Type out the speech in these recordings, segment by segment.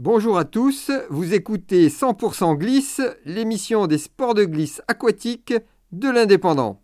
Bonjour à tous, vous écoutez 100% Glisse, l'émission des sports de glisse aquatique de l'Indépendant.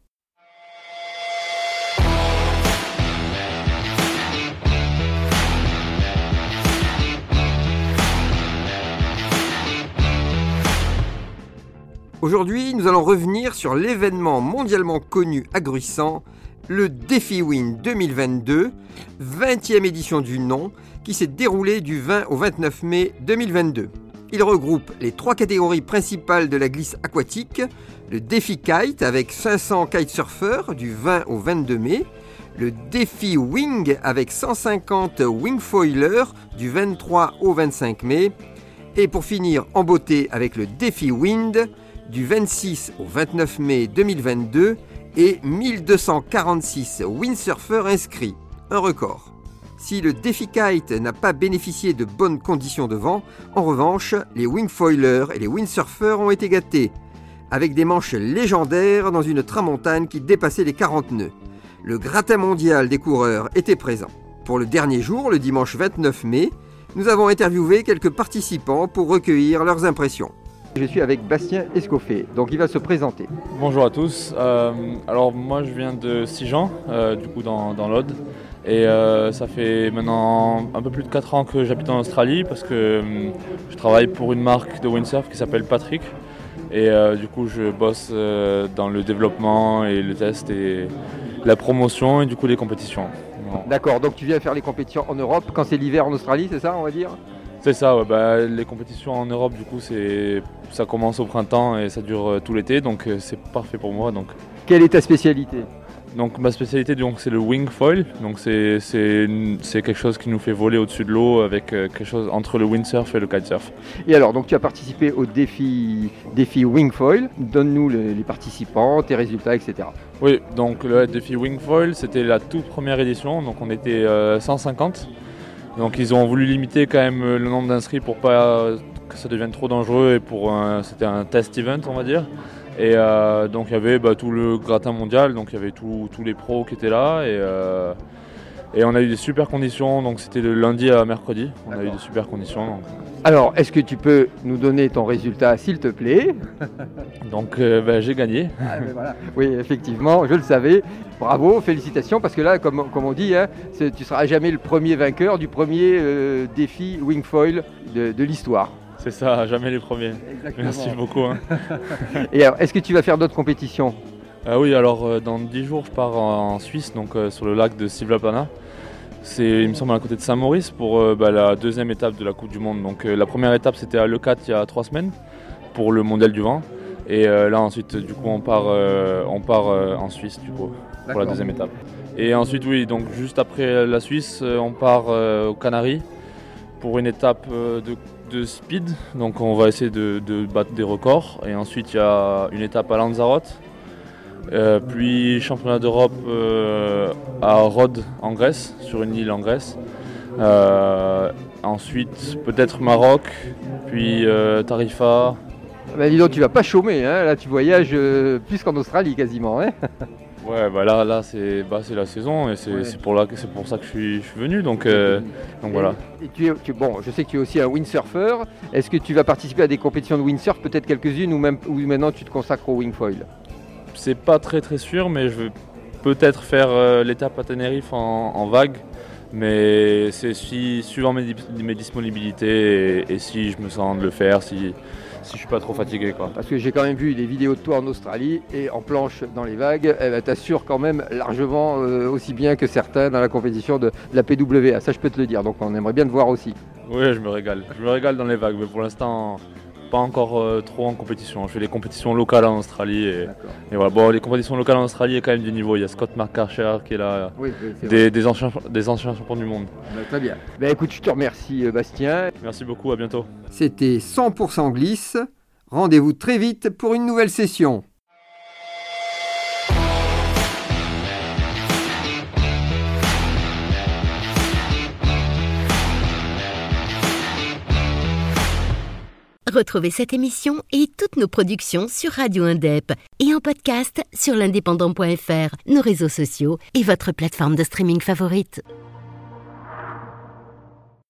Aujourd'hui, nous allons revenir sur l'événement mondialement connu à Gruissan, le Défi Wind 2022, 20e édition du nom, qui s'est déroulé du 20 au 29 mai 2022. Il regroupe les 3 catégories principales de la glisse aquatique, le Défi Kite avec 500 kitesurfers du 20 au 22 mai, le Défi Wing avec 150 wingfoilers du 23 au 25 mai, et pour finir en beauté avec le Défi Wind du 26 au 29 mai 2022 et 1246 windsurfers inscrits, un record. Si le Défi Kite n'a pas bénéficié de bonnes conditions de vent, en revanche, les wingfoilers et les windsurfers ont été gâtés, avec des manches légendaires dans une tramontane qui dépassait les 40 nœuds. Le gratin mondial des coureurs était présent. Pour le dernier jour, le dimanche 29 mai, nous avons interviewé quelques participants pour recueillir leurs impressions. Je suis avec Bastien Escoffet, donc il va se présenter. Bonjour à tous, alors moi je viens de Sijan, du coup dans l'Aude, et ça fait maintenant un peu plus de 4 ans que j'habite en Australie parce que je travaille pour une marque de windsurf qui s'appelle Patrick, et du coup je bosse dans le développement et le test et la promotion et du coup les compétitions. D'accord, donc tu viens faire les compétitions en Europe quand c'est l'hiver en Australie, c'est ça on va dire ? C'est ça, ouais, les compétitions en Europe du coup ça commence au printemps et ça dure tout l'été, donc c'est parfait pour moi. Donc. Quelle est ta spécialité ? Donc ma spécialité donc, c'est le wing foil, donc c'est quelque chose qui nous fait voler au-dessus de l'eau avec quelque chose entre le windsurf et le kitesurf. Et alors donc tu as participé au défi wing foil, donne-nous les participants, tes résultats, etc. Oui, donc le défi wing foil c'était la toute première édition, donc on était 150. Donc ils ont voulu limiter quand même le nombre d'inscrits pour pas que ça devienne trop dangereux et c'était un test event on va dire. Et donc il y avait tout le gratin mondial, donc il y avait tous les pros qui étaient là et on a eu des super conditions, donc c'était de lundi à mercredi, on a eu des super conditions. Donc. Alors est-ce que tu peux nous donner ton résultat s'il te plaît ? Donc j'ai gagné. Voilà. Oui effectivement, je le savais. Bravo, félicitations, parce que là, comme on dit, tu ne seras jamais le premier vainqueur du premier défi wingfoil de l'histoire. C'est ça, jamais les premiers. Exactement. Merci beaucoup. Et alors, est-ce que tu vas faire d'autres compétitions ? Oui, alors dans 10 jours, je pars en Suisse, donc sur le lac de Sivlaplana. C'est, il me semble, à côté de Saint-Maurice pour la deuxième étape de la Coupe du Monde. Donc la première étape, c'était à Leucate il y a 3 semaines pour le Mondial du vent. Et là ensuite du coup on part en Suisse du coup pour la deuxième étape. Et ensuite oui, donc juste après la Suisse on part aux Canaries pour une étape de speed. Donc on va essayer de battre des records. Et ensuite il y a une étape à Lanzarote, puis championnat d'Europe à Rhodes en Grèce, sur une île en Grèce. Ensuite peut-être Maroc, puis Tarifa. Bah dis donc, tu vas pas chômer, hein. Là tu voyages plus qu'en Australie quasiment. Hein. Ouais, là c'est la saison et c'est pour ça que je suis venu, donc voilà. Et bon, je sais que tu es aussi un windsurfer. Est-ce que tu vas participer à des compétitions de windsurf, peut-être quelques-unes, ou maintenant tu te consacres au wingfoil ? C'est pas très très sûr, mais je vais peut-être faire l'étape à Tenerife en vague, mais c'est suivant mes disponibilités et si je me sens de le faire, si je suis pas trop fatigué quoi. Parce que j'ai quand même vu des vidéos de toi en Australie et en planche dans les vagues, t'assures quand même largement aussi bien que certains dans la compétition de la PWA, ça je peux te le dire, donc on aimerait bien te voir aussi. Oui, je me régale dans les vagues, mais pour l'instant pas encore trop en compétition. Je fais les compétitions locales en Australie et voilà. Bon, les compétitions locales en Australie, il y a quand même du niveau. Il y a Scott McArcher qui est là, des anciens champions du monde. Très bien. Écoute, je te remercie Bastien. Merci beaucoup, à bientôt. C'était 100% Glisse. Rendez-vous très vite pour une nouvelle session. Retrouvez cette émission et toutes nos productions sur Radio Indep et en podcast sur l'indépendant.fr, nos réseaux sociaux et votre plateforme de streaming favorite.